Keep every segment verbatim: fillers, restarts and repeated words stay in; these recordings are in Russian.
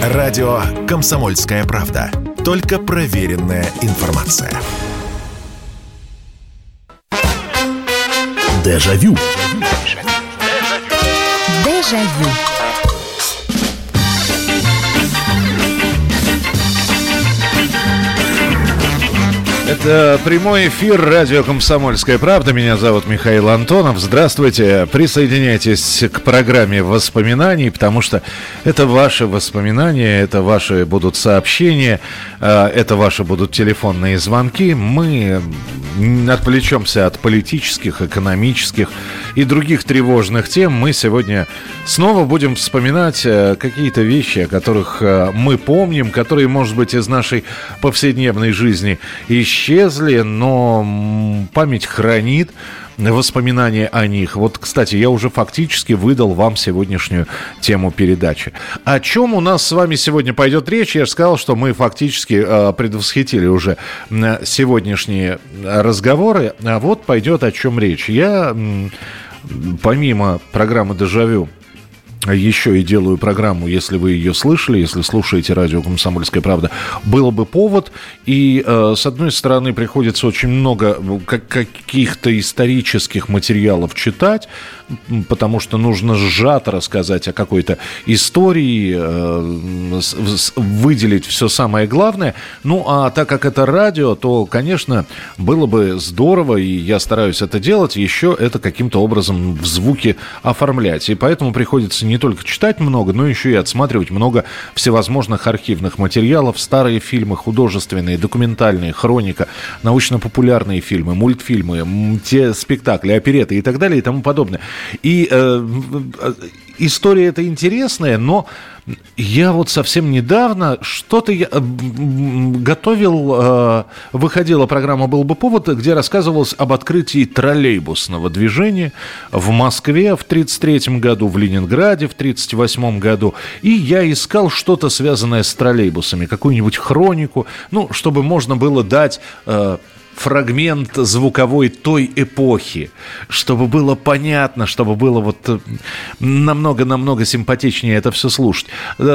Радио «Комсомольская правда». Только проверенная информация. Дежавю. Дежавю. Это прямой эфир радио «Комсомольская правда». Меня зовут Михаил Антонов. Здравствуйте. Присоединяйтесь к программе воспоминаний, потому что это ваши воспоминания, это ваши будут сообщения, это ваши будут телефонные звонки. Мы отвлечемся от политических, экономических и других тревожных тем. Мы сегодня снова будем вспоминать какие-то вещи, о которых мы помним, которые, может быть, из нашей повседневной жизни исчезли, но память хранит воспоминания о них. Вот, кстати, я уже фактически выдал вам сегодняшнюю тему передачи. О чем у нас с вами сегодня пойдет речь? Я же сказал, что мы фактически э, предвосхитили уже сегодняшние разговоры. А вот пойдет о чем речь. Я, м, помимо программы «Дежавю», еще и делаю программу, если вы ее слышали, если слушаете радио «Комсомольская правда», был бы повод. И, э, с одной стороны, приходится очень много как- каких-то исторических материалов читать, потому что нужно сжато рассказать о какой-то истории, э, с- выделить все самое главное. Ну, а так как это радио, то, конечно, было бы здорово, и я стараюсь это делать, еще это каким-то образом в звуке оформлять. И поэтому приходится не не только читать много, но еще и отсматривать много всевозможных архивных материалов, старые фильмы, художественные, документальные, хроника, научно-популярные фильмы, мультфильмы, те спектакли, опереты и так далее и тому подобное. И э, история эта интересная, но я вот совсем недавно что-то я готовил, э, выходила программа «Был бы повод», где рассказывалось об открытии троллейбусного движения в Москве в тридцать третьем году, в Ленинграде в тридцать восьмом году. И я искал что-то, связанное с троллейбусами, какую-нибудь хронику, ну, чтобы можно было дать Э, фрагмент звуковой той эпохи, чтобы было понятно, чтобы было вот намного-намного симпатичнее это все слушать.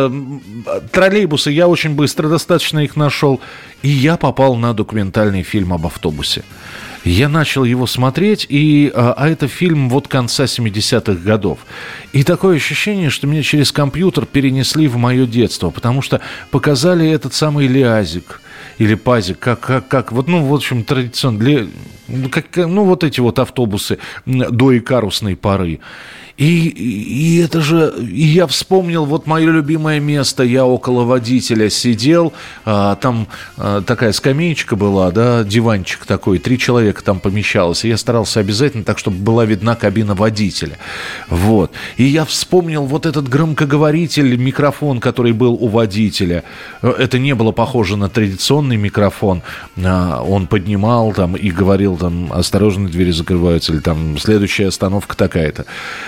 Троллейбусы, я очень быстро достаточно их нашел, и я попал на документальный фильм об автобусе. Я начал его смотреть, и, а, а это фильм вот конца семидесятых годов. И такое ощущение, что меня через компьютер перенесли в мое детство, потому что показали этот самый лиазик или пазик, как, как, как вот, ну, в общем, традиционно, для, как, ну, вот эти вот автобусы до икарусной поры. И, и это же, и я вспомнил вот мое любимое место, я около водителя сидел, а, там а, такая скамеечка была, да, диванчик такой, три человека там помещалось, и я старался обязательно так, чтобы была видна кабина водителя, вот. И я вспомнил вот этот громкоговоритель, микрофон, который был у водителя, это не было похоже на традиционный микрофон, а, он поднимал там и говорил там, осторожно, двери закрываются, или там, следующая остановка такая-то.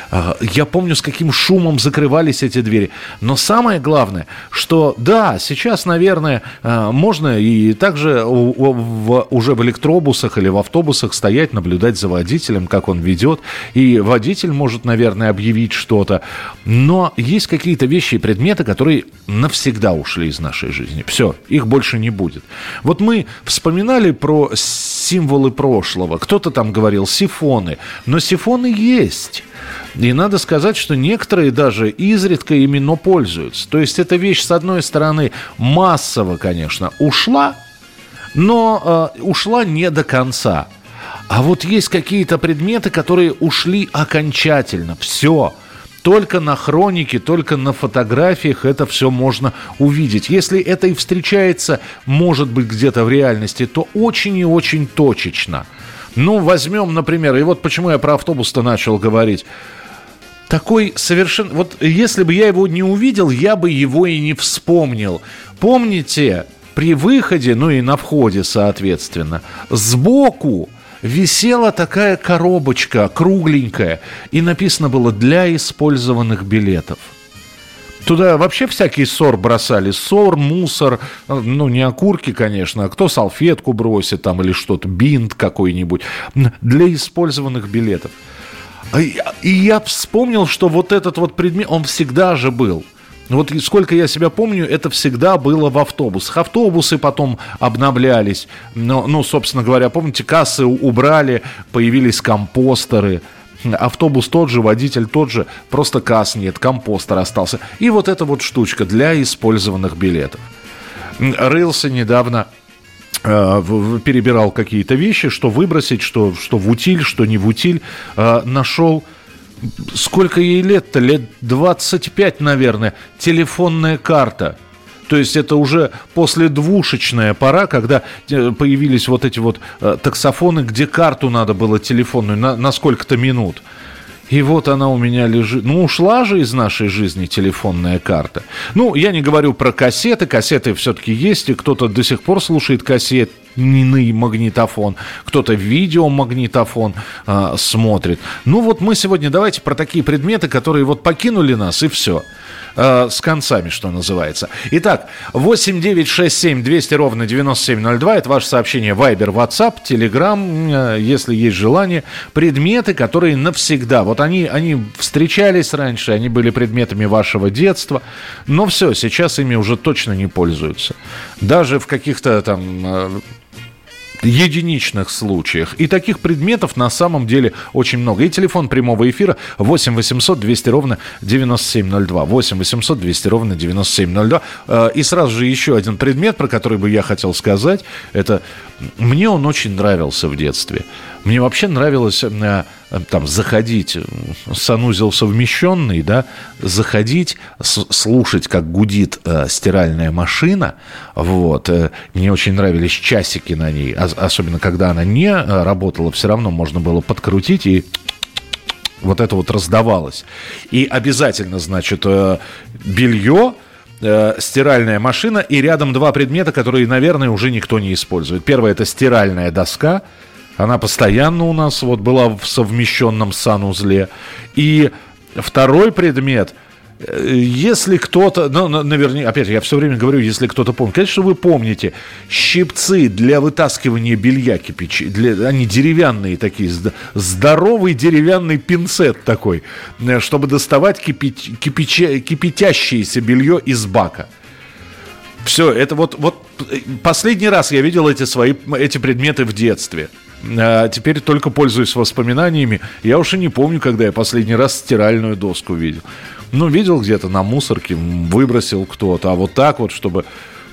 Я помню, с каким шумом закрывались эти двери. Но самое главное, что да, сейчас, наверное, можно и также уже в электробусах или в автобусах стоять, наблюдать за водителем, как он ведет. И водитель может, наверное, объявить что-то. Но есть какие-то вещи и предметы, которые навсегда ушли из нашей жизни. Все, их больше не будет. Вот мы вспоминали про символы прошлого. Кто-то там говорил сифоны. Но сифоны есть. И надо сказать, что некоторые даже изредка ими, но пользуются. То есть эта вещь, с одной стороны, массово, конечно, ушла, но э, ушла не до конца. А вот есть какие-то предметы, которые ушли окончательно. Все. Только на хронике, только на фотографиях это все можно увидеть. Если это и встречается, может быть, где-то в реальности, то очень и очень точечно. Ну, возьмем, например, и вот почему я про автобус-то начал говорить. Такой совершенно... Вот если бы я его не увидел, я бы его и не вспомнил. Помните, при выходе, ну и на входе, соответственно, сбоку висела такая коробочка кругленькая, и написано было «Для использованных билетов». Туда вообще всякий ссор бросали. Ссор, мусор, ну, не окурки, конечно, а кто салфетку бросит там или что-то, бинт какой-нибудь. Для использованных билетов. И я вспомнил, что вот этот вот предмет, он всегда же был. Вот сколько я себя помню, это всегда было в автобусах. Автобусы потом обновлялись. Ну, ну собственно говоря, помните, кассы убрали, появились компостеры. Автобус тот же, водитель тот же, просто касс нет, компостер остался. И вот эта вот штучка для использованных билетов. Рылся недавно, э, перебирал какие-то вещи, что выбросить, что, что в утиль, что не в утиль. Э, нашел, сколько ей лет-то? Лет двадцать пять, наверное. Телефонная карта. То есть это уже после двушечная пора, когда появились вот эти вот э, таксофоны, где карту надо было телефонную на, на сколько-то минут. И вот она у меня лежит. Ну, ушла же из нашей жизни телефонная карта. Ну, я не говорю про кассеты. Кассеты все-таки есть, и кто-то до сих пор слушает кассетный магнитофон, кто-то видеомагнитофон э, смотрит. Ну, вот мы сегодня давайте про такие предметы, которые вот покинули нас, и все. С концами, что называется. Итак, восемь девятьсот шестьдесят семь двести ровно девяносто семь ноль два. Это ваше сообщение Viber, WhatsApp, Telegram, если есть желание. Предметы, которые навсегда. Вот они, они встречались раньше, они были предметами вашего детства. Но все, сейчас ими уже точно не пользуются. Даже в каких-то там единичных случаях. И таких предметов на самом деле очень много. И телефон прямого эфира восемь восемьсот двести ровно девяносто семь ноль два. восемь восемьсот двести ровно девяносто семь ноль два. И сразу же еще один предмет, про который бы я хотел сказать. Это мне он очень нравился в детстве. Мне вообще нравилось там заходить, санузел совмещенный, да, заходить, с- слушать, как гудит э, стиральная машина. Вот. Э, мне очень нравились часики на ней, а- особенно когда она не э, работала, все равно можно было подкрутить, и вот это вот раздавалось. И обязательно, значит, э, белье, э, стиральная машина, и рядом два предмета, которые, наверное, уже никто не использует. Первое – это стиральная доска. Она постоянно у нас вот была в совмещенном санузле. И второй предмет, если кто-то, ну, наверное, опять я все время говорю, если кто-то помнит. Конечно, вы помните, щипцы для вытаскивания белья кипячи, для, они деревянные такие, здоровый деревянный пинцет такой, чтобы доставать кипяч, кипяча, кипятящееся белье из бака. Все, это вот, вот последний раз я видел эти свои, эти предметы в детстве. А теперь только пользуюсь воспоминаниями. Я уж и не помню, когда я последний раз стиральную доску видел. Ну, видел где-то на мусорке, выбросил кто-то. А вот так вот, чтобы...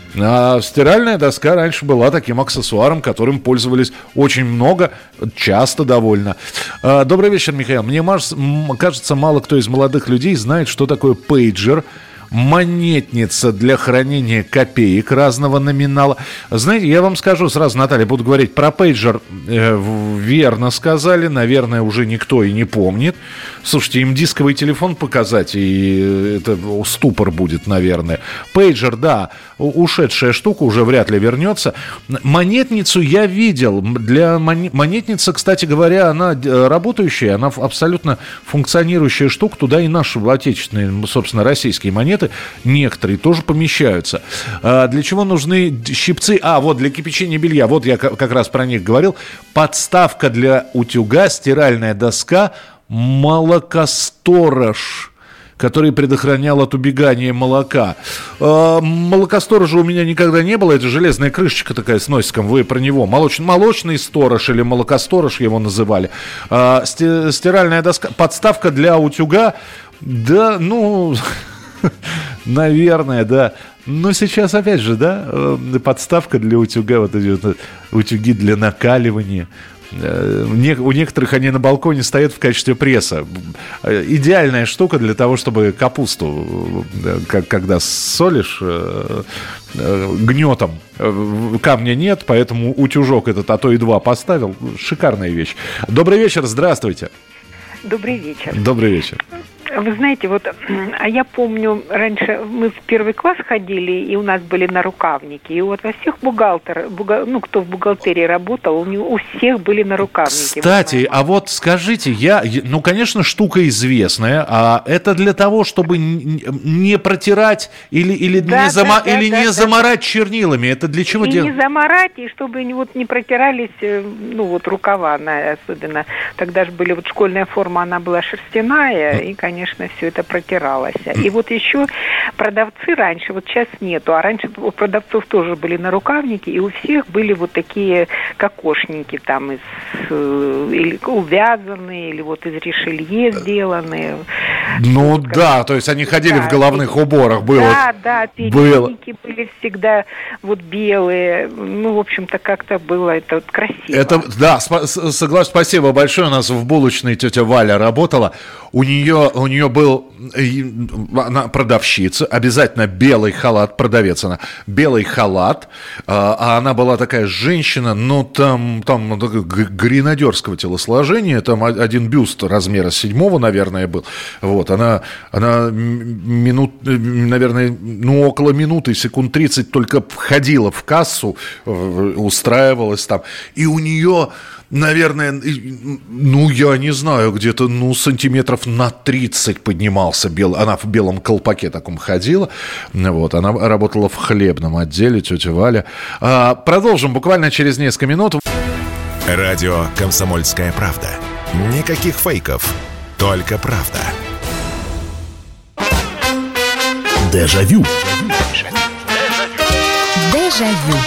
А стиральная доска раньше была таким аксессуаром, которым пользовались очень много, часто довольно. А, добрый вечер, Михаил. Мне кажется, мало кто из молодых людей знает, что такое пейджер. Монетница для хранения копеек разного номинала. Знаете, я вам скажу сразу, Наталья, буду говорить про пейджер. Э, верно сказали, наверное, уже никто и не помнит. Слушайте, им дисковый телефон показать, и это ступор будет, наверное. Пейджер, да, ушедшая штука, уже вряд ли вернется. Монетницу я видел. Для монетницы, кстати говоря, она работающая, она абсолютно функционирующая штука. Туда и наши отечественные, собственно, российские монеты некоторые тоже помещаются. А для чего нужны щипцы? А, вот для кипячения белья. Вот я как раз про них говорил. Подставка для утюга, стиральная доска, молокосторож, который предохранял от убегания молока. А, молокосторожа у меня никогда не было. Это железная крышечка такая с носиком. Вы про него. Молоч... Молочный сторож или молокосторож его называли. А, сти... Стиральная доска. Подставка для утюга. Да, ну... Наверное, да. Но сейчас, опять же, да, подставка для утюга, вот эти вот утюги для накаливания. У некоторых они на балконе стоят в качестве пресса. Идеальная штука для того, чтобы капусту, когда солишь, гнетом. Камня нет, поэтому утюжок этот, а то и два поставил. Шикарная вещь. Добрый вечер, здравствуйте. Добрый вечер. Добрый вечер. Вы знаете, вот, а я помню, раньше мы в первый класс ходили, и у нас были нарукавники. И вот во всех бухгалтерах, бухгал, ну, кто в бухгалтерии работал, у, него, у всех были нарукавники. Кстати, а вот скажите, я, ну, конечно, штука известная, а это для того, чтобы не протирать или, или, да, не, зама, да, или да, не да, замарать да. чернилами? Это для чего и делать? Не замарать, и чтобы вот не протирались, ну, вот рукава особенно. Тогда же были, вот школьная форма, она была шерстяная, и, конечно, конечно, все это протиралось. И вот еще продавцы раньше, вот сейчас нету, а раньше у продавцов тоже были нарукавники, и у всех были вот такие кокошники там из или увязанные, или вот из решелье сделанные. Ну вот, да, то есть они ходили да, в головных уборах, было. Да, да, передники было. Были всегда вот белые. Ну, в общем-то, как-то было это вот красиво. Это, да, согласен, спасибо большое. У нас в булочной тетя Валя работала. У нее, у нее был, она продавщица, обязательно белый халат, продавец она, белый халат, а она была такая женщина, ну, там, там гренадерского телосложения, там один бюст размера седьмого, наверное, был. Вот, она, она минут, наверное, ну, около минуты, секунд тридцать только входила в кассу, устраивалась там, и у нее... Наверное, ну, я не знаю, где-то, ну, сантиметров на тридцать поднимался белый. Она в белом колпаке таком ходила. Вот, она работала в хлебном отделе, тетя Валя. А, продолжим буквально через несколько минут. Радио «Комсомольская правда». Никаких фейков, только правда. Дежавю. Дежавю.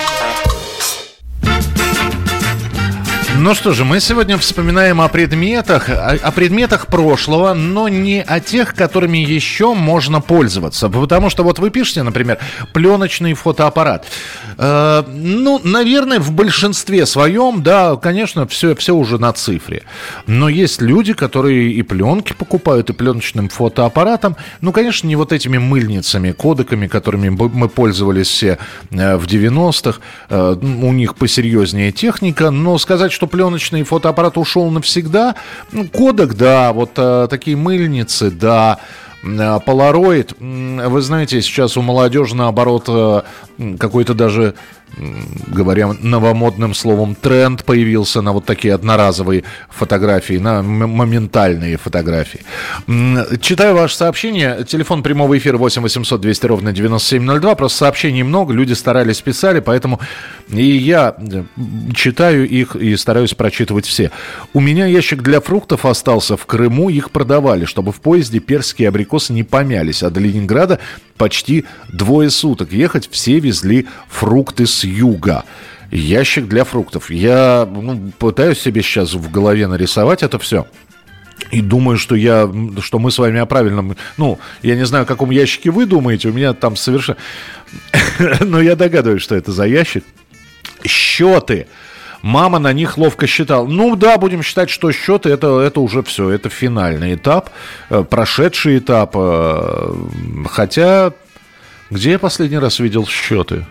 Ну что же, мы сегодня вспоминаем о предметах, о, о предметах прошлого, но не о тех, которыми еще можно пользоваться. Потому что вот вы пишете, например, пленочный фотоаппарат. Э, ну, наверное, в большинстве своем, да, конечно, все, все уже на цифре. Но есть люди, которые и пленки покупают, и пленочным фотоаппаратом. Ну, конечно, не вот этими мыльницами, кодеками, которыми мы пользовались все в девяностых. Э, у них посерьезнее техника, но сказать, что пленочный фотоаппарат ушел навсегда. Кодек, да, вот а, такие мыльницы, да. Полароид, вы знаете, сейчас у молодежи, наоборот, какой-то даже, говоря новомодным словом, тренд появился на вот такие одноразовые фотографии, на моментальные фотографии. Читаю ваше сообщение. Телефон прямого эфира восемь восемьсот двести ровно девяносто семь ноль два. Просто сообщений много, люди старались, писали, поэтому и я читаю их и стараюсь прочитывать все. У меня ящик для фруктов остался в Крыму, их продавали, чтобы в поезде персикие абрикосы не помялись, а до Ленинграда почти двое суток ехать, все везли фрукты с юга. Ящик для фруктов. Я ну, пытаюсь себе сейчас в голове нарисовать это все. И думаю, что, я, что мы с вами о правильном... Ну, я не знаю, о каком ящике вы думаете, у меня там совершенно... Но я догадываюсь, что это за ящик. Счеты. Мама на них ловко считала. Ну да, будем считать, что счеты это, это уже все, это финальный этап, прошедший этап. Хотя, где я последний раз видел счеты?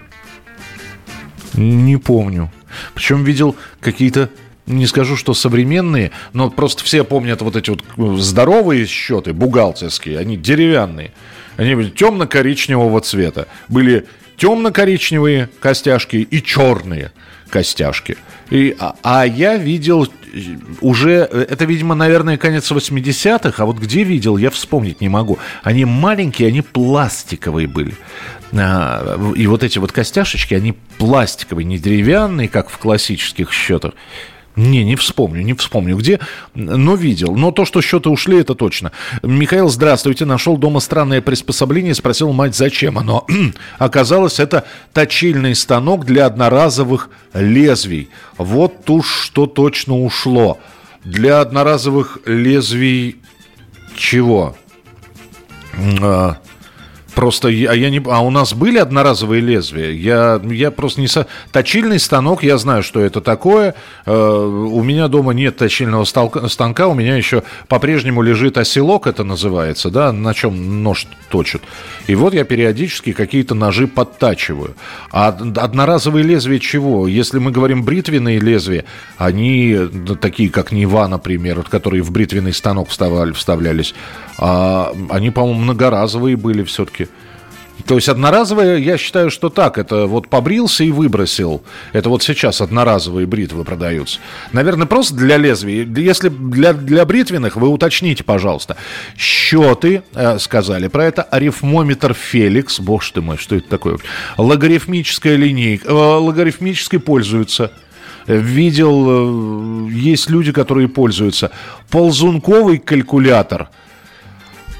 Не помню. Причем видел какие-то, не скажу, что современные, но просто все помнят вот эти вот здоровые счеты, бухгалтерские, они деревянные. Они были темно-коричневого цвета. Были темно-коричневые костяшки и черные костяшки. И, а, а я видел уже, это, видимо, наверное, конец восьмидесятых, а вот где видел, я вспомнить не могу. Они маленькие, они пластиковые были. А, и вот эти вот костяшечки, они пластиковые, не деревянные, как в классических счетах. Не, не вспомню, не вспомню где, но видел. Но то, что счеты ушли, это точно. Михаил, здравствуйте. Нашел дома странное приспособление, спросил мать, зачем оно. Оказалось, это точильный станок для одноразовых лезвий. Вот уж что точно ушло. Для одноразовых лезвий чего? А... Просто я, я не, а у нас были одноразовые лезвия. Я, я просто не со... Точильный станок, я знаю, что это такое. Э, у меня дома нет точильного столка, станка. У меня еще по-прежнему лежит оселок, это называется, да, на чем нож точат. И вот я периодически какие-то ножи подтачиваю. А одноразовые лезвия чего? Если мы говорим бритвенные лезвия, они такие, как Нива, например, которые в бритвенный станок вставали, вставлялись. А они, по-моему, многоразовые были все-таки. То есть одноразовые, я считаю, что так. Это вот побрился и выбросил. Это вот сейчас одноразовые бритвы продаются. Наверное, просто для лезвий. Если для, для бритвенных, вы уточните, пожалуйста. Счеты, э, сказали про это. Арифмометр Феликс. Боже ты мой, что это такое? Логарифмическая линейка. Э, логарифмической пользуются. Видел, э, есть люди, которые пользуются. Ползунковый калькулятор.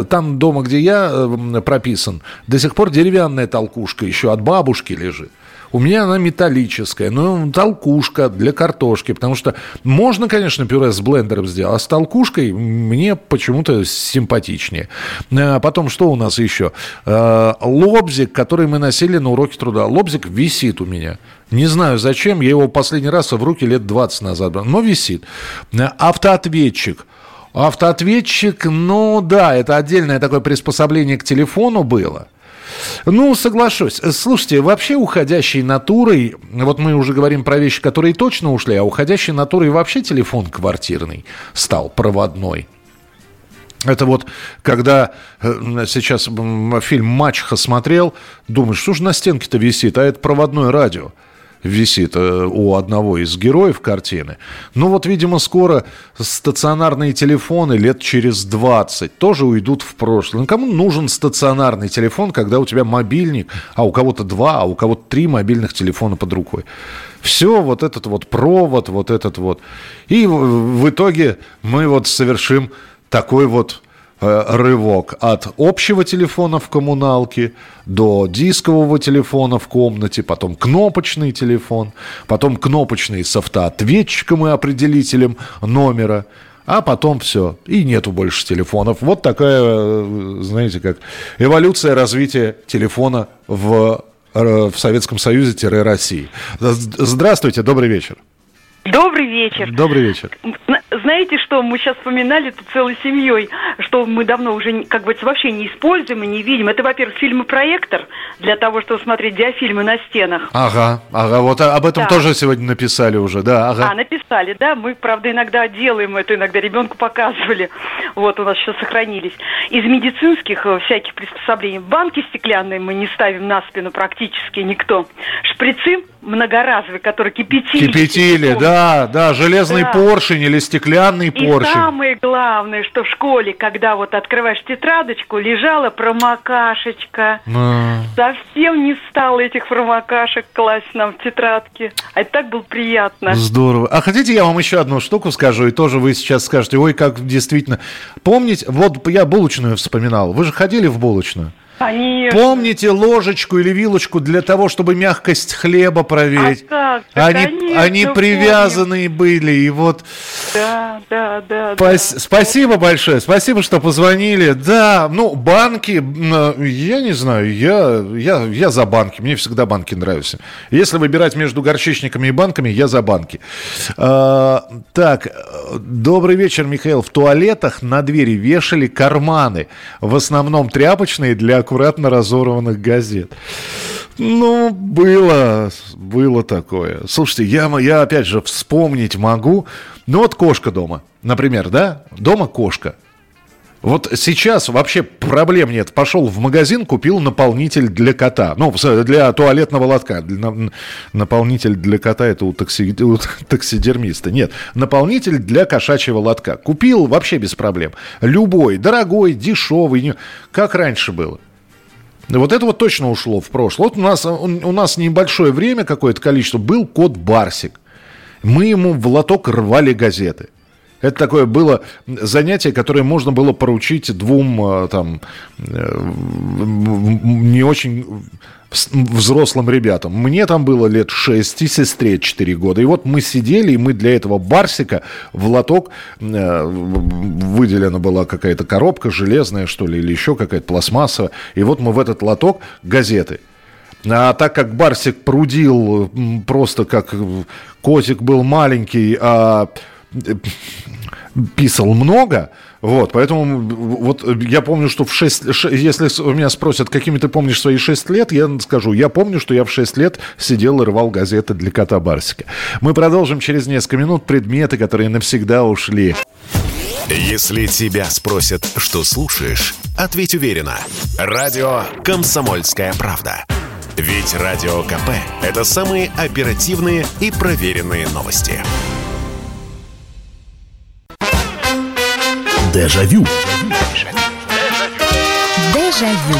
Там дома, где я прописан, до сих пор деревянная толкушка еще от бабушки лежит. У меня она металлическая, но толкушка для картошки, потому что можно, конечно, пюре с блендером сделать, а с толкушкой мне почему-то симпатичнее. Потом, что у нас еще? Лобзик, который мы носили на уроке труда. Лобзик висит у меня. Не знаю зачем, я его последний раз в руки лет двадцать назад брал, но висит. Автоответчик. Автоответчик, ну да, это отдельное такое приспособление к телефону было. Ну, соглашусь. Слушайте, вообще уходящей натурой, вот мы уже говорим про вещи, которые точно ушли, а уходящей натурой вообще телефон квартирный стал, проводной. Это вот, когда сейчас фильм «Мачеха» смотрел, думаешь, что же на стенке-то висит, а это проводное радио висит у одного из героев картины. Ну вот, видимо, скоро стационарные телефоны лет через двадцать тоже уйдут в прошлое. Ну, кому нужен стационарный телефон, когда у тебя мобильник, а у кого-то два, а у кого-то три мобильных телефона под рукой? Все, вот этот вот провод, вот этот вот. И в итоге мы вот совершим такой вот рывок от общего телефона в коммуналке до дискового телефона в комнате, потом кнопочный телефон, потом кнопочный с автоответчиком и определителем номера, а потом все, и нету больше телефонов. Вот такая, знаете, как эволюция развития телефона в, в Советском Союзе-России. Здравствуйте, добрый вечер. Добрый вечер. Добрый вечер. знаете, что мы сейчас вспоминали тут целой семьей, что мы давно уже, как бы, вообще не используем и не видим. Это, во-первых, фильмопроектор для того, чтобы смотреть диафильмы на стенах. Ага, ага, вот об этом да. тоже сегодня написали уже, да, ага. А, написали, да, мы, правда, иногда делаем это, иногда ребенку показывали, вот, у нас еще сохранились. Из медицинских всяких приспособлений банки стеклянные мы не ставим на спину практически никто. Шприцы многоразовые, которые кипятили. Кипятили, да, да, железный да. поршень или стеклянный и поршень. И самое главное, что в школе, когда вот открываешь тетрадочку, лежала промокашечка. А. Совсем не стало этих промокашек класть нам в тетрадки. А это так было приятно. Здорово. А хотите, я вам еще одну штуку скажу, и тоже вы сейчас скажете, ой, как действительно. Помните, вот я булочную вспоминал. Вы же ходили в булочную? Конечно. Помните ложечку или вилочку для того, чтобы мягкость хлеба проверить? А как? Они, конечно, они привязанные помню. были, и вот... Да, да, да. Спас... да. Спасибо большое, спасибо, что позвонили. Да, ну, банки, я не знаю, я, я, я за банки, мне всегда банки нравятся. Если выбирать между горчичниками и банками, я за банки. А, так, добрый вечер, Михаил. В туалетах на двери вешали карманы, в основном тряпочные для аккуратно разорванных газет. Ну, было, было такое. Слушайте, я, я опять же вспомнить могу. Ну, вот кошка дома, например, да? Дома кошка. Вот сейчас вообще проблем нет. Пошел в магазин, купил наполнитель для кота. Ну, для туалетного лотка. Наполнитель для кота — это у, такси, у таксидермиста. Нет, наполнитель для кошачьего лотка. Купил вообще без проблем. Любой, дорогой, дешевый. Как раньше было. Вот это вот точно ушло в прошлое. Вот у нас, у нас небольшое время, какое-то количество, был кот Барсик. Мы ему в лоток рвали газеты. Это такое было занятие, которое можно было поручить двум там, не очень взрослым ребятам. Мне там было лет шесть, и сестре четыре года. И вот мы сидели, и мы для этого Барсика в лоток, выделена была какая-то коробка железная, что ли, или еще какая-то пластмассовая. И вот мы в этот лоток газеты. А так как Барсик прудил просто как котик был маленький, а писал много, вот, поэтому вот я помню, что в шесть, если меня спросят, какими ты помнишь свои шесть лет, я скажу, я помню, что я в шесть лет сидел и рвал газеты для кота Барсика. Мы продолжим через несколько минут. Предметы, которые навсегда ушли. Если тебя спросят, что слушаешь, ответь уверенно. Радио «Комсомольская правда». Ведь Радио КП – это самые оперативные и проверенные новости. Дежавю. Дежавю.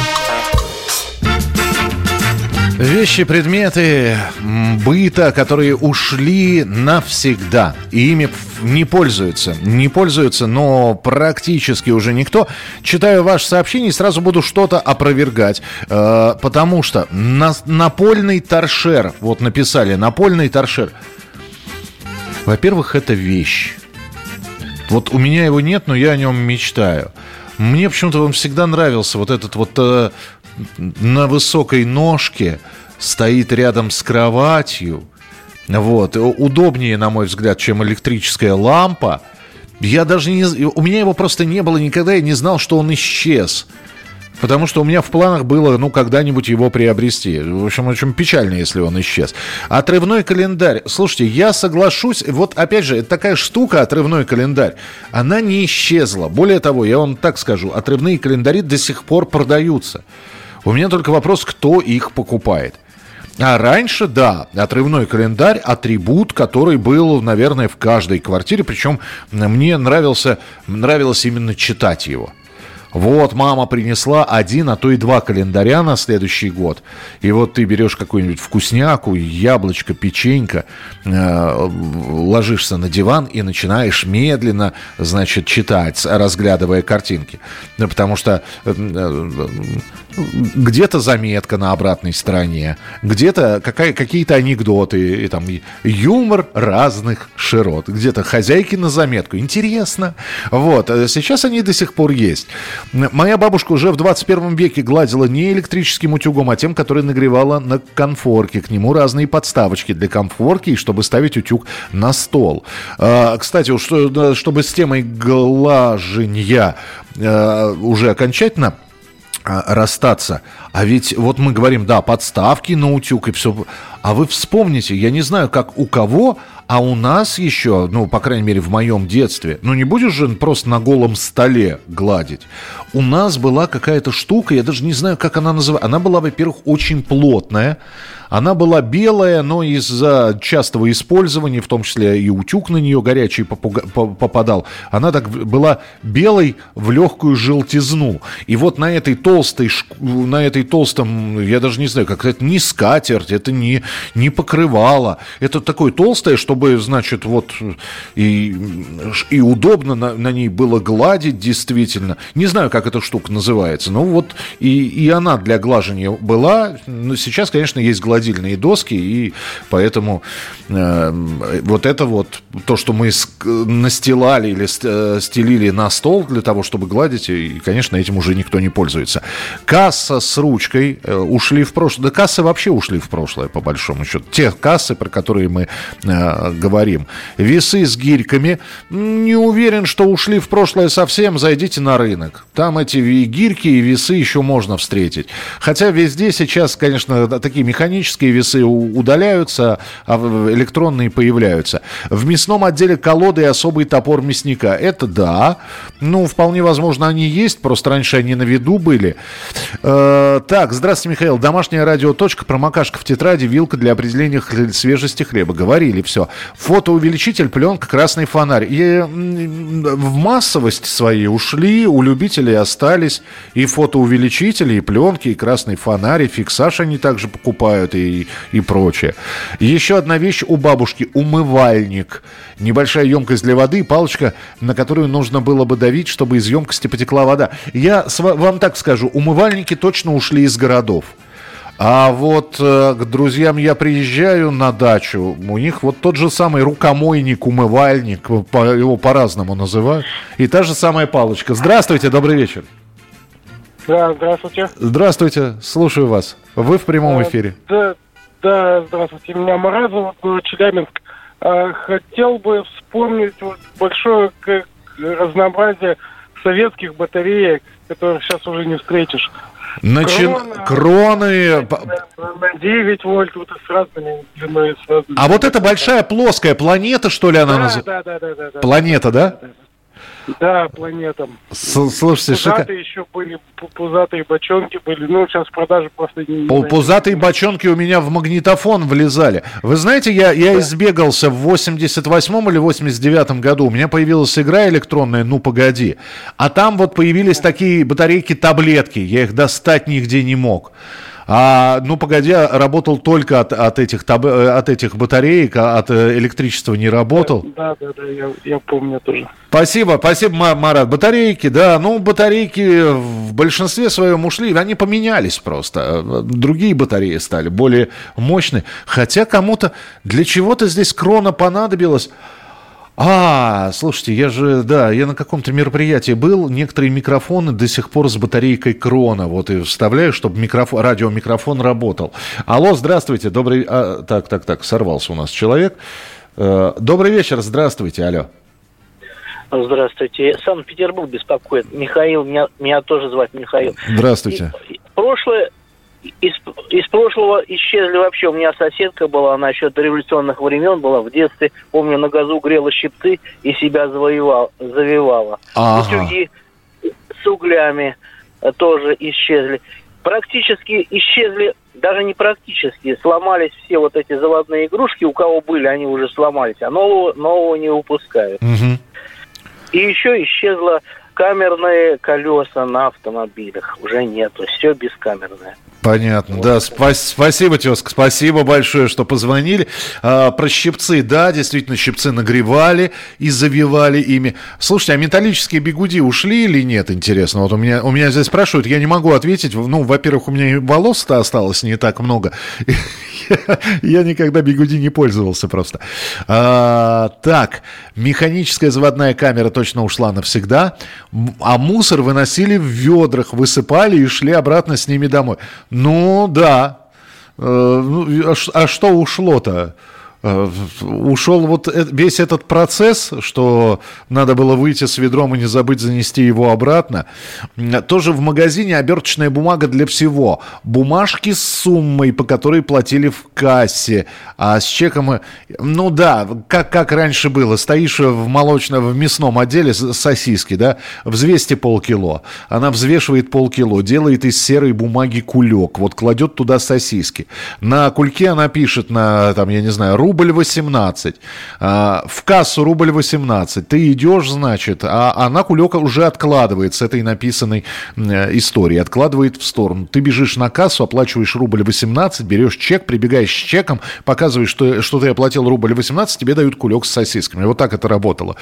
Вещи, предметы быта, которые ушли навсегда. И ими не пользуются. Не пользуются, но практически уже никто. Читаю ваше сообщение и сразу буду что-то опровергать. Э, потому что на, напольный торшер, вот написали, напольный торшер. Во-первых, это вещь. Вот у меня его нет, но я о нем мечтаю. Мне почему-то он всегда нравился. Вот этот вот э, на высокой ножке стоит рядом с кроватью. Вот. Удобнее, на мой взгляд, чем электрическая лампа. Я даже не... У меня его просто не было никогда. Я не знал, что он исчез. Потому что у меня в планах было, ну, когда-нибудь его приобрести. В общем, очень печально, если он исчез. Отрывной календарь. Слушайте, я соглашусь. Вот, опять же, это такая штука, отрывной календарь. Она не исчезла. Более того, я вам так скажу. Отрывные календари до сих пор продаются. У меня только вопрос, кто их покупает. А раньше, да, отрывной календарь – атрибут, который был, наверное, в каждой квартире. Причем мне нравился, нравилось именно читать его. Вот мама принесла один, а то и два календаря на следующий год. И вот ты берешь какую-нибудь вкусняку, яблочко, печенька, э, ложишься на диван и начинаешь медленно, значит, читать, разглядывая картинки. Потому что э, где-то заметка на обратной стороне, где-то какая, какие-то анекдоты, и, там, юмор разных широт, где-то хозяйки на заметку. Интересно. Вот. Сейчас они до сих пор есть. Моя бабушка уже в двадцать первом веке гладила не электрическим утюгом, а тем, который нагревала на конфорке. К нему разные подставочки для конфорки, чтобы ставить утюг на стол. Кстати, чтобы с темой глажения уже окончательно расстаться. А ведь вот мы говорим, да, подставки на утюг и все. А вы вспомните, я не знаю, как у кого, а у нас еще, ну, по крайней мере, в моем детстве, ну, не будешь же просто на голом столе гладить. У нас была какая-то штука, я даже не знаю, как она называется. Она была, во-первых, очень плотная. Она была белая, но из-за частого использования, в том числе и утюг на нее горячий попадал, она так была белой в легкую желтизну. И вот на этой толстой, на этой толстом, я даже не знаю, как это, не скатерть, это не, не покрывало. Это такое толстое, чтобы, значит, вот и, и удобно на, на ней было гладить, действительно. Не знаю, как эта штука называется, но вот и, и она для глажения была. Но сейчас, конечно, есть гладить доски, и поэтому э, вот это вот то, что мы настилали или стелили на стол для того, чтобы гладить, и, конечно, этим уже никто не пользуется. Касса с ручкой э, ушли в прошлое. Да, кассы вообще ушли в прошлое, по большому счету. Те кассы, про которые мы э, говорим. Весы с гирьками. Не уверен, что ушли в прошлое совсем. Зайдите на рынок. Там эти и гирьки, и весы еще можно встретить. Хотя везде сейчас, конечно, такие механические весы удаляются, а электронные появляются. В мясном отделе колоды и особый топор мясника. Это да. Ну, вполне возможно, они есть. Просто раньше они на виду были. Э, так, здравствуйте, Михаил. Домашняя радиоточка, промокашка в тетради, вилка для определения свежести хлеба. Говорили, все. Фотоувеличитель, пленка, красный фонарь. И в массовость своей ушли, у любителей остались и фотоувеличители, и пленки, и красный фонарь, и фиксаж они также покупают, и И, и прочее. Еще одна вещь у бабушки – умывальник. Небольшая емкость для воды, палочка, на которую нужно было бы давить, чтобы из емкости потекла вода. Я вам так скажу, умывальники точно ушли из городов. А вот э, к друзьям я приезжаю на дачу, у них вот тот же самый рукомойник, умывальник, по, его по-разному называют, и та же самая палочка. Здравствуйте, добрый вечер. Да, здравствуйте. Здравствуйте, слушаю вас. Вы в прямом эфире. А, да, да, здравствуйте. Меня Марат зовут, город Челябинск. А, хотел бы вспомнить вот большое разнообразие советских батареек, которых сейчас уже не встретишь. Начи... Крона, Кроны... На девять вольт, вот с разными длиной. С разными... А вот эта большая плоская планета, что ли, она да, называется? Да, да, да, да. Планета, да? Да, да. Да, планетам. Слушайте, пузатые шика... еще были, пузатые бочонки были. Ну, сейчас в продаже просто не... Пузатые бочонки у меня в магнитофон влезали. Вы знаете, я, я да. избегался в восемьдесят восьмом или восемьдесят девятом году. У меня появилась игра электронная «Ну, погоди». А там вот появились такие батарейки-таблетки. Я их достать нигде не мог. А, ну, погоди, работал только от, от, этих, таб, от этих батареек, а от электричества не работал. Да, да, да, я, я помню тоже. Спасибо, спасибо, Марат. Батарейки, да, ну, батарейки в большинстве своем ушли, они поменялись просто. Другие батареи стали более мощные. Хотя кому-то для чего-то здесь крона понадобилась. А, слушайте, я же, да, я на каком-то мероприятии был, некоторые микрофоны до сих пор с батарейкой крона, вот и вставляю, чтобы микрофон, радиомикрофон работал. Алло, здравствуйте, добрый, а, так, так, так, сорвался у нас человек. Э, добрый вечер, здравствуйте, алло. Здравствуйте, Санкт-Петербург беспокоит, Михаил, меня, меня тоже звать Михаил. Здравствуйте. И, прошлое, из, из прошлого исчезли вообще. У меня соседка была, она еще до революционных времен была. В детстве, помню, на газу грела щипцы и себя завоевал, завивала. Ага. Утюги с углями тоже исчезли. Практически исчезли, даже не практически, сломались все вот эти заводные игрушки. У кого были, они уже сломались, а нового, нового не выпускают. Угу. И еще исчезло камерные колеса на автомобилях. Уже нету, все бескамерное. Понятно, вот. Да, спа- спасибо, тезка, спасибо большое, что позвонили. А, про щипцы, да, действительно, щипцы нагревали и завивали ими. Слушайте, а металлические бигуди ушли или нет, интересно? Вот у меня, у меня здесь спрашивают, я не могу ответить. Ну, во-первых, у меня и волос-то осталось не так много. Я никогда бигуди не пользовался просто. А, так, механическая заводная камера точно ушла навсегда, а мусор выносили в ведрах, высыпали и шли обратно с ними домой. Ну, да. А что ушло-то? Ушел вот весь этот процесс, что надо было выйти с ведром и не забыть занести его обратно. Тоже в магазине оберточная бумага для всего. Бумажки с суммой, по которой платили в кассе. А с чеком... Ну да, как, как раньше было. Стоишь в молочном, в мясном отделе сосиски, да? Взвесьте полкило. Она взвешивает полкило, делает из серой бумаги кулек. Вот кладет туда сосиски. На кульке она пишет на, там, я не знаю, рубль восемнадцать. А, в кассу рубль восемнадцать. Ты идешь, значит, а она кулек уже откладывает с этой написанной э, историей. Откладывает в сторону. Ты бежишь на кассу, оплачиваешь рубль восемнадцать, берешь чек, прибегаешь с чеком, показываешь, что, что ты оплатил рубль восемнадцать, тебе дают кулек с сосисками. Вот так это работало.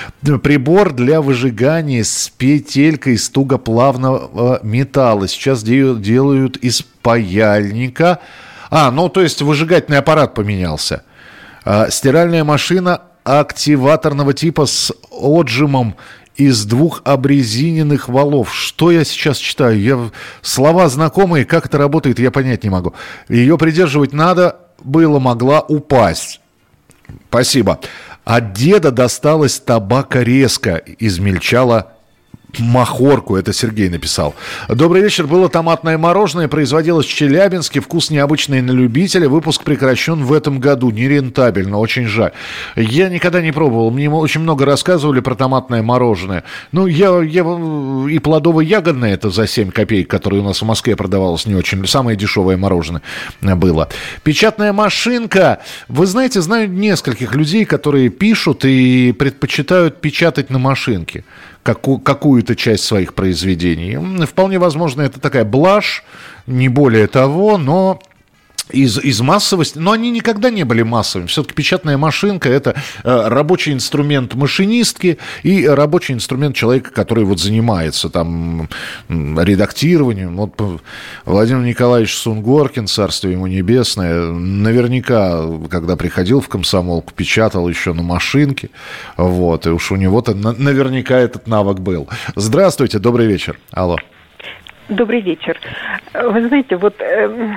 Прибор для выжигания с петелькой из тугоплавного металла. Сейчас делают из паяльника. А, ну то есть выжигательный аппарат поменялся. А, стиральная машина активаторного типа с отжимом из двух обрезиненных валов. Что я сейчас читаю? Я... Слова знакомые, как это работает, я понять не могу. Ее придерживать надо было, могла упасть. Спасибо. От деда досталась табакорезка, измельчала махорку, это Сергей написал. Добрый вечер. Было томатное мороженое, производилось в Челябинске. Вкус необычный на любителя. Выпуск прекращен в этом году. Нерентабельно, очень жаль. Я никогда не пробовал. Мне очень много рассказывали про томатное мороженое. Ну, я, я и плодово-ягодное это за семь копеек, которое у нас в Москве продавалось не очень. Самое дешевое мороженое было. Печатная машинка. Вы знаете, знаю нескольких людей, которые пишут и предпочитают печатать на машинке какую-то часть своих произведений. Вполне возможно, это такая блажь, не более того, но из, из массовости... Но они никогда не были массовыми. Все-таки печатная машинка – это э, рабочий инструмент машинистки и рабочий инструмент человека, который вот занимается там редактированием. Вот Владимир Николаевич Сунгоркин, царствие ему небесное, наверняка, когда приходил в комсомолку, печатал еще на машинке. Вот, и уж у него-то на- наверняка этот навык был. Здравствуйте, добрый вечер. Алло. Добрый вечер. Вы знаете, вот э,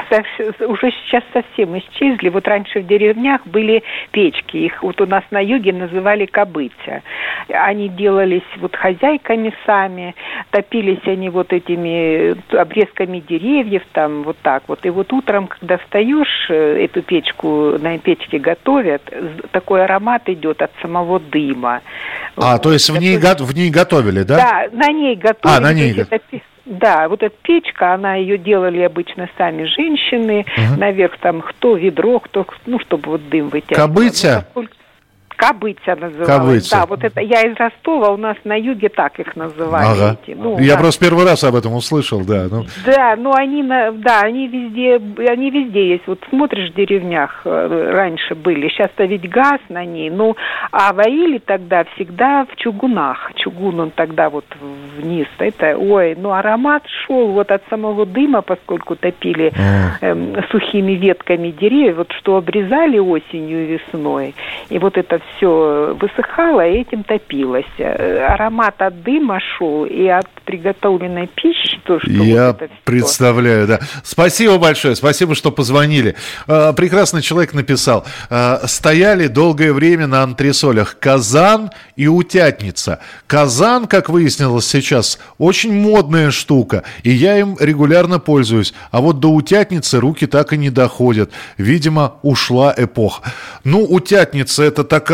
уже сейчас совсем исчезли. Вот раньше в деревнях были печки. Их вот у нас на юге называли кобытя. Они делались вот хозяйками сами. Топились они вот этими обрезками деревьев, там вот так вот. И вот утром, когда встаешь, эту печку на печке готовят, такой аромат идет от самого дыма. А, вот. То есть в ней, в ней готовили, да? Да, на ней готовили. А, на ней готовили. Да, вот эта печка, она ее делали обычно сами женщины, угу. Наверх там кто ведро, кто, ну, чтобы вот дым вытягивал. Кобытя? Ну, Кобытя называлась. Кобытя. Да, вот это я из Ростова, у нас на юге так их называли. Ага. Эти. Ну, я нас... просто первый раз об этом услышал, да. Ну. Да, ну они, на, да, они везде, они везде есть. Вот смотришь в деревнях, раньше были, сейчас-то ведь газ на ней, ну, а варили тогда всегда в чугунах. Чугун он тогда вот вниз. Это, ой, ну аромат шел вот от самого дыма, поскольку топили э, сухими ветками деревьев, вот что обрезали осенью и весной. И вот это все высыхало и этим топилось. Аромат от дыма шел и от приготовленной пищи. То, что я вот это представляю, да. Спасибо большое, спасибо, что позвонили. Прекрасный человек написал. Стояли долгое время на антресолях казан и утятница. Казан, как выяснилось сейчас, очень модная штука, и я им регулярно пользуюсь. А вот до утятницы руки так и не доходят. Видимо, ушла эпоха. Ну, утятница — это такая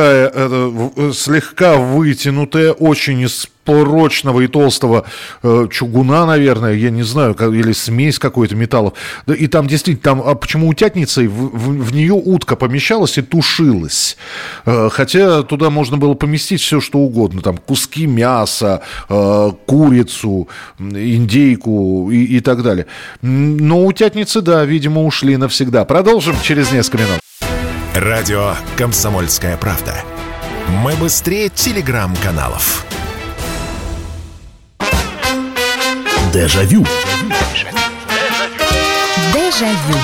такая, э, слегка вытянутая, очень из прочного и толстого э, чугуна, наверное, я не знаю, как, или смесь какой-то металлов. И там действительно, там, а почему утятницей в, в, в нее утка помещалась и тушилась. Э, хотя туда можно было поместить все, что угодно. Там куски мяса, э, курицу, индейку и, и так далее. Но утятницы, да, видимо, ушли навсегда. Продолжим через несколько минут. Радио «Комсомольская правда». Мы быстрее телеграм-каналов. Дежавю. Дежавю.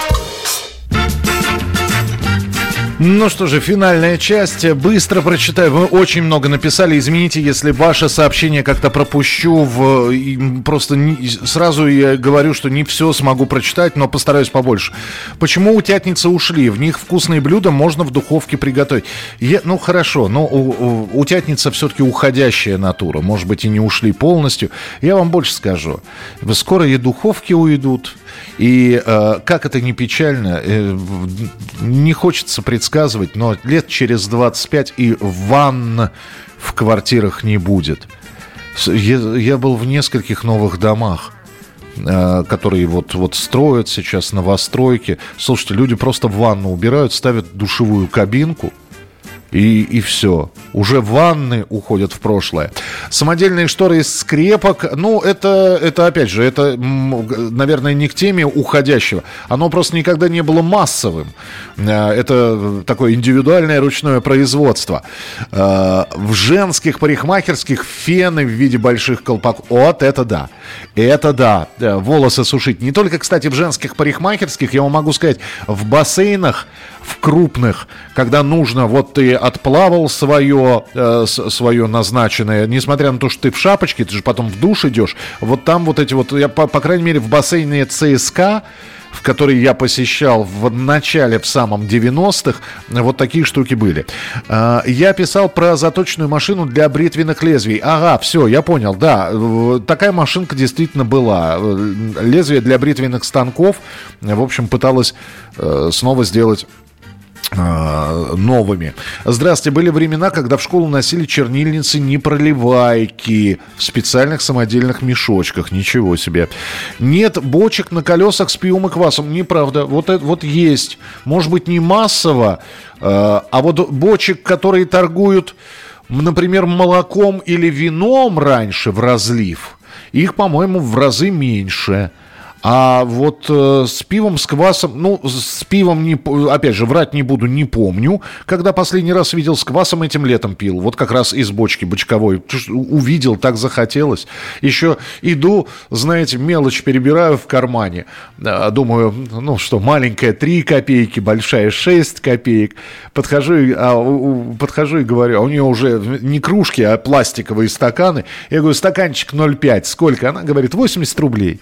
Ну что же, финальная часть. Быстро прочитаю. Вы очень много написали. Извините, если ваше сообщение как-то пропущу. В... Просто не... сразу я говорю, что не все смогу прочитать, но постараюсь побольше. Почему утятницы ушли? В них вкусные блюда можно в духовке приготовить. Я... Ну хорошо, но у... У... утятница все-таки уходящая натура. Может быть, и не ушли полностью. Я вам больше скажу. Скоро и духовки уйдут. И э, как это ни печально, э, не хочется предсказывать, но лет через двадцать пять и ванн в квартирах не будет. Я, я был в нескольких новых домах, э, которые вот, вот строят сейчас, новостройки. Слушайте, люди просто в ванну убирают, ставят душевую кабинку. И, и все. Уже ванны уходят в прошлое. Самодельные шторы из скрепок. Ну, это, это опять же, это, наверное, не к теме уходящего. Оно просто никогда не было массовым. Это такое индивидуальное ручное производство. В женских парикмахерских фены в виде больших колпаков. Вот это да. Это да. Волосы сушить. Не только, кстати, в женских парикмахерских. Я вам могу сказать, в бассейнах, в крупных, когда нужно, вот ты отплавал свое, э, свое назначенное, несмотря на то, что ты в шапочке, ты же потом в душ идешь, вот там вот эти вот, я, по, по крайней мере, в бассейне ЦСКА, в который я посещал в начале, в самом девяностых, вот такие штуки были. Э, я писал про заточенную машину для бритвенных лезвий. Ага, все, я понял, да, такая машинка действительно была. Лезвие для бритвенных станков, в общем, пыталась э, снова сделать новыми. Здравствуйте. Были времена, когда в школу носили чернильницы-непроливайки в специальных самодельных мешочках. Ничего себе. Нет бочек на колесах с пивом и квасом. Неправда. Вот, это, вот есть. Может быть, не массово, а вот бочек, которые торгуют, например, молоком или вином раньше в разлив, их, по-моему, в разы меньше. А вот э, с пивом, с квасом, ну, с пивом, не, опять же, врать не буду, не помню, когда последний раз видел, с квасом этим летом пил, вот как раз из бочки бочковой, увидел, так захотелось. Еще иду, знаете, мелочь перебираю в кармане, думаю, ну что, маленькая три копейки, большая шесть копеек, подхожу, а, у, подхожу и говорю, а у нее уже не кружки, а пластиковые стаканы, я говорю, стаканчик ноль пять, сколько? Она говорит, восемьдесят рублей.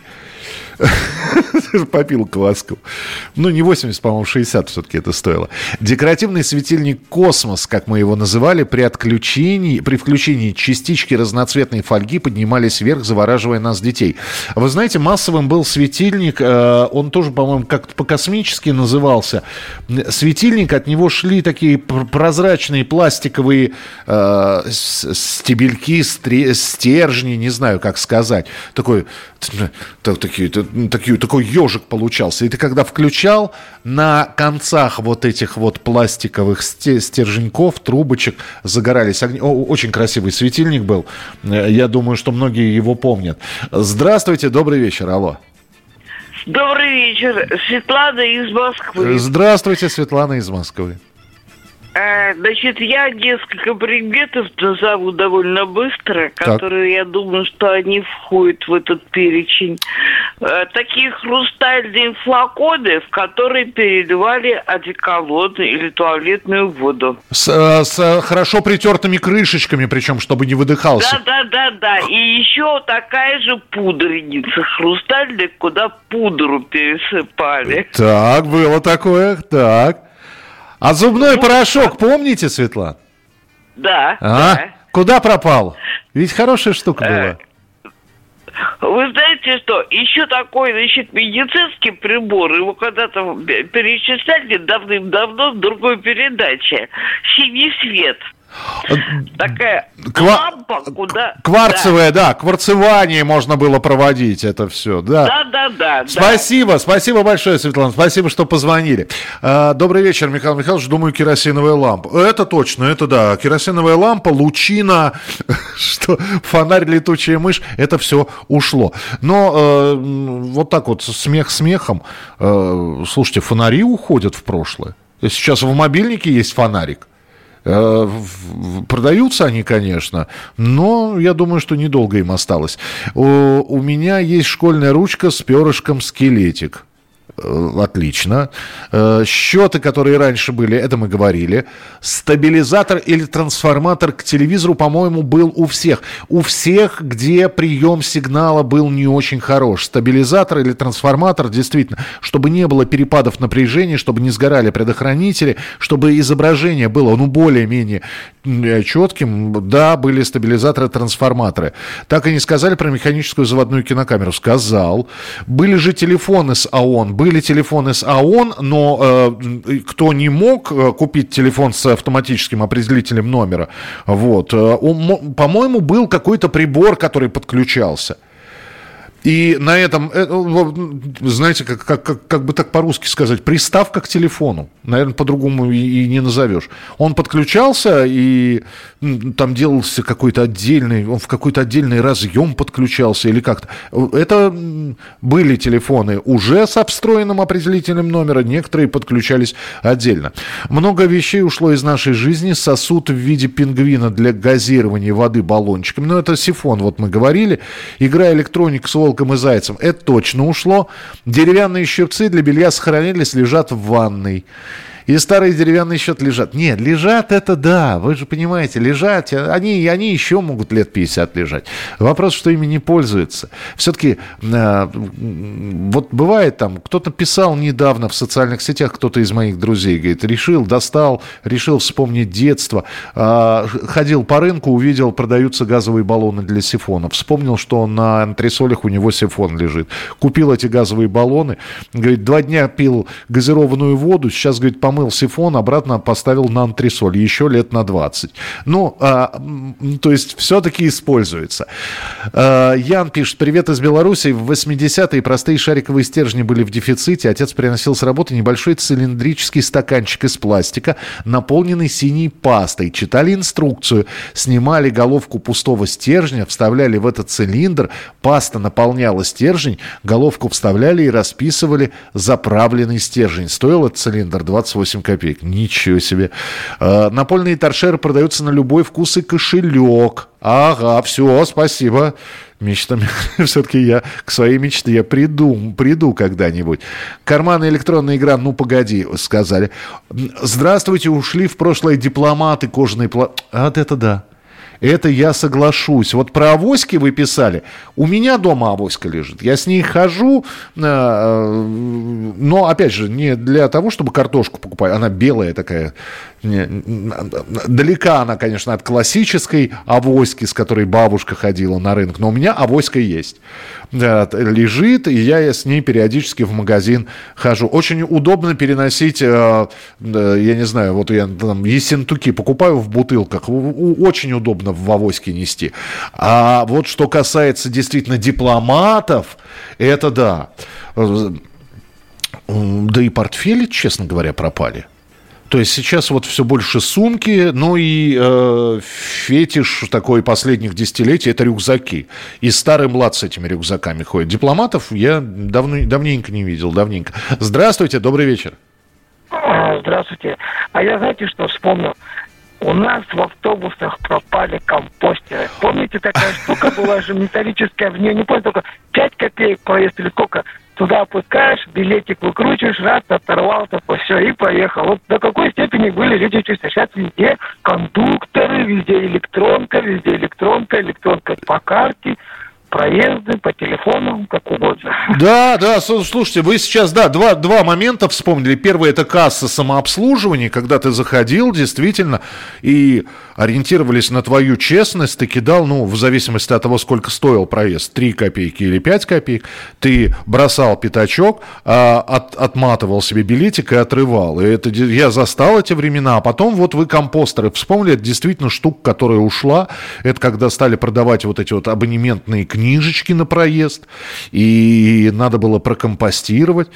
Попил кваску. Ну, не восемьдесят, по-моему, шестьдесят все-таки это стоило. Декоративный светильник «Космос», как мы его называли, при отключении, при включении частички разноцветной фольги поднимались вверх, завораживая нас, детей. Вы знаете, массовым был светильник, э, он тоже, по-моему, как-то по-космически назывался. Светильник, от него шли такие прозрачные пластиковые э, стебельки, стре- стержни, не знаю, как сказать. Такой, так, такие, такие, такой ежик получался. И ты когда включал, на концах вот этих вот пластиковых стерженьков, трубочек загорались огни. О, очень красивый светильник был. Я думаю, что многие его помнят. Здравствуйте, добрый вечер, алло. Добрый вечер, Светлана из Москвы. Здравствуйте, Светлана из Москвы. Значит, я несколько предметов назову довольно быстро, которые, так. я думаю, что они входят в этот перечень. Такие хрустальные флаконы, в которые переливали одеколон или туалетную воду. С, с хорошо притертыми крышечками, причем, чтобы не выдыхался. Да, да, да, да. И еще такая же пудреница хрустальная, куда пудру пересыпали. Так, было такое, так. А зубной ну, порошок, помните, Светлана? Да, а? да. Куда пропал? Ведь хорошая штука была. Вы знаете что? Еще такой, значит, медицинский прибор, его когда-то перечисляли давным-давно в другой передаче. Синий свет. Такая Ква... лампа, куда... Кварцевая, да. да, кварцевание можно было проводить это все, да. Да, да, да. Спасибо, да. спасибо большое, Светлана, спасибо, что позвонили. Добрый вечер, Михаил Михайлович, думаю, керосиновая лампа. Это точно, это да, керосиновая лампа, лучина, что фонарь, летучая мышь, это все ушло. Но э, вот так вот, смех смехом, э, слушайте, фонари уходят в прошлое. Сейчас в мобильнике есть фонарик. Продаются они, конечно, но я думаю, что недолго им осталось. У, у меня есть школьная ручка с перышком скелетик. Отлично. Счеты, которые раньше были, это мы говорили. Стабилизатор или трансформатор к телевизору, по-моему, был у всех. У всех, где прием сигнала был не очень хорош. Стабилизатор или трансформатор, действительно, чтобы не было перепадов напряжения, чтобы не сгорали предохранители, чтобы изображение было, ну, более-менее четким. Да, были стабилизаторы, трансформаторы. Так и не сказали про механическую заводную кинокамеру. Сказал. Были же телефоны с АОН, были телефоны с АОН, но э, кто не мог купить телефон с автоматическим определителем номера, вот, э, он, по-моему, был какой-то прибор, который подключался. И на этом, знаете, как, как, как, как бы так по-русски сказать, приставка к телефону. Наверное, по-другому и, и не назовешь. Он подключался, и там делался какой-то отдельный, он в какой-то отдельный разъем подключался или как-то. Это были телефоны уже с встроенным определителем номера, некоторые подключались отдельно. Много вещей ушло из нашей жизни. Сосуд в виде пингвина для газирования воды баллончиками. Ну, это сифон, вот мы говорили. Игра электроника с волком и зайцем. Это точно ушло. Деревянные щипцы для белья сохранились, лежат в ванной. И старые деревянные счеты лежат. Нет, лежат это да, вы же понимаете, лежать, они, они еще могут лет пятьдесят лежать. Вопрос, что ими не пользуются. Все-таки э, вот бывает там, кто-то писал недавно в социальных сетях, кто-то из моих друзей, говорит, решил, достал, решил вспомнить детство, э, ходил по рынку, увидел, продаются газовые баллоны для сифона, вспомнил, что на антресолях у него сифон лежит. Купил эти газовые баллоны, говорит, два дня пил газированную воду, сейчас, говорит, помыл сифон, обратно поставил на антресоль. Еще лет на двадцать. Ну, а, то есть, все-таки используется. А, Ян пишет, привет из Беларуси. В восьмидесятые простые шариковые стержни были в дефиците. Отец приносил с работы небольшой цилиндрический стаканчик из пластика, наполненный синей пастой. Читали инструкцию. Снимали головку пустого стержня, вставляли в этот цилиндр. Паста наполняла стержень. Головку вставляли и расписывали заправленный стержень. Стоил этот цилиндр двадцать восемь копеек. Ничего себе. А, напольные торшеры продаются на любой вкус и кошелек. Ага, все, спасибо. Мечтами. Все-таки я к своей мечте я приду, приду когда-нибудь. Карманная электронная игра, ну погоди, сказали. Здравствуйте, ушли в прошлое дипломаты, кожаные пла... А, это да. Это я соглашусь. Вот про авоськи вы писали. У меня дома авоська лежит. Я с ней хожу, но, опять же, не для того, чтобы картошку покупать. Она белая такая. Далека она, конечно, от классической авоськи, с которой бабушка ходила на рынок. Но у меня авоська есть. Лежит, и я с ней периодически в магазин хожу. Очень удобно переносить, я не знаю, вот я там ессентуки покупаю в бутылках. Очень удобно в авоське нести. А вот что касается действительно дипломатов, это да. Да и портфели, честно говоря, пропали. То есть сейчас вот все больше сумки, ну и э, фетиш такой последних десятилетий – это рюкзаки. И старый млад с этими рюкзаками ходит. Дипломатов я давно, давненько не видел, давненько. Здравствуйте, добрый вечер. Здравствуйте. А я, знаете, что вспомнил? У нас в автобусах пропали компостеры. Помните, такая штука была же металлическая, в нее не помню, только пять копеек проезд или сколько. Туда опускаешь, билетик выкручиваешь, раз, оторвал, такой, все, и поехал. Вот до какой степени были люди чисто. Сейчас везде кондукторы, везде электронка, везде электронка, электронка по карте, проезды, по телефону, как угодно. Да, да, слушайте, вы сейчас, да, два, два момента вспомнили. Первый — это касса самообслуживания, когда ты заходил, действительно, и ориентировались на твою честность, ты кидал, ну, в зависимости от того, сколько стоил проезд, три копейки или пять копеек, ты бросал пятачок, а, от, отматывал себе билетик и отрывал. И это, я застал эти времена, а потом вот вы компостеры вспомнили, это действительно штука, которая ушла, это когда стали продавать вот эти вот абонементные книжечки на проезд, и надо было прокомпостировать.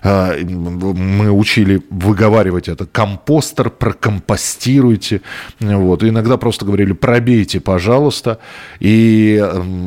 Мы учили выговаривать это: компостер, прокомпостируйте. Вот. И иногда просто говорили: пробейте, пожалуйста. И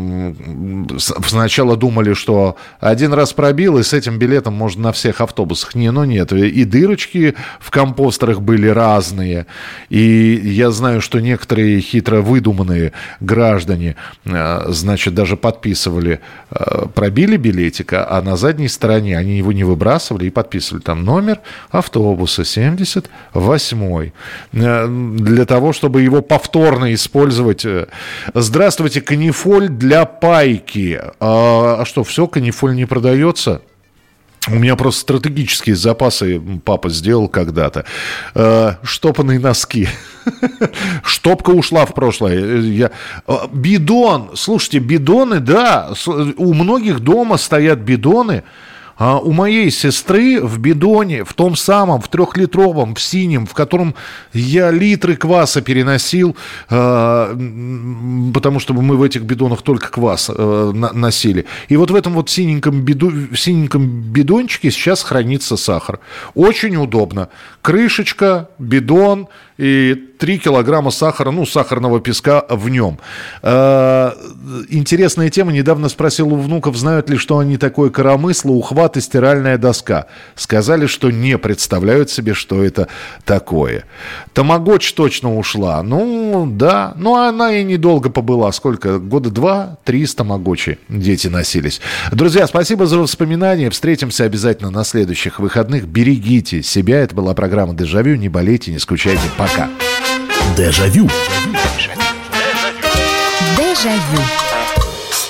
сначала думали, что один раз пробил, и с этим билетом можно на всех автобусах. Не, ну нет. И дырочки в компостерах были разные. И я знаю, что некоторые хитро выдуманные граждане, значит, даже подписывали, пробили билетика, а на задней стороне они его не выбрасывали и подписывали там номер автобуса семьдесят восьмой, для того, чтобы его повторно использовать. Здравствуйте, канифоль для пайки. А, а что, все, канифоль не продается? У меня просто стратегические запасы папа сделал когда-то. Э, штопанные носки. Штопка ушла в прошлое. Я... Бидон. Слушайте, бидоны, да. У многих дома стоят бидоны. А у моей сестры в бидоне, в том самом, в трехлитровом, в синем, в котором я литры кваса переносил, э, потому что мы в этих бидонах только квас э, носили. И вот в этом вот синеньком, биду, синеньком бидончике сейчас хранится сахар. Очень удобно. Крышечка, бидон и три килограмма сахара, ну, сахарного песка в нем. Э, интересная тема. Недавно спросил у внуков, знают ли, что они такое: коромысло, ухват и стиральная доска. Сказали, что не представляют себе, что это такое. Тамагочи точно ушла. Ну, да. Ну, она и недолго побыла. Сколько? Года два-три с тамагочи дети носились. Друзья, спасибо за воспоминания. Встретимся обязательно на следующих выходных. Берегите себя. Это была программа «Дежавю». Не болейте, не скучайте. Пока. Дежавю. Дежавю.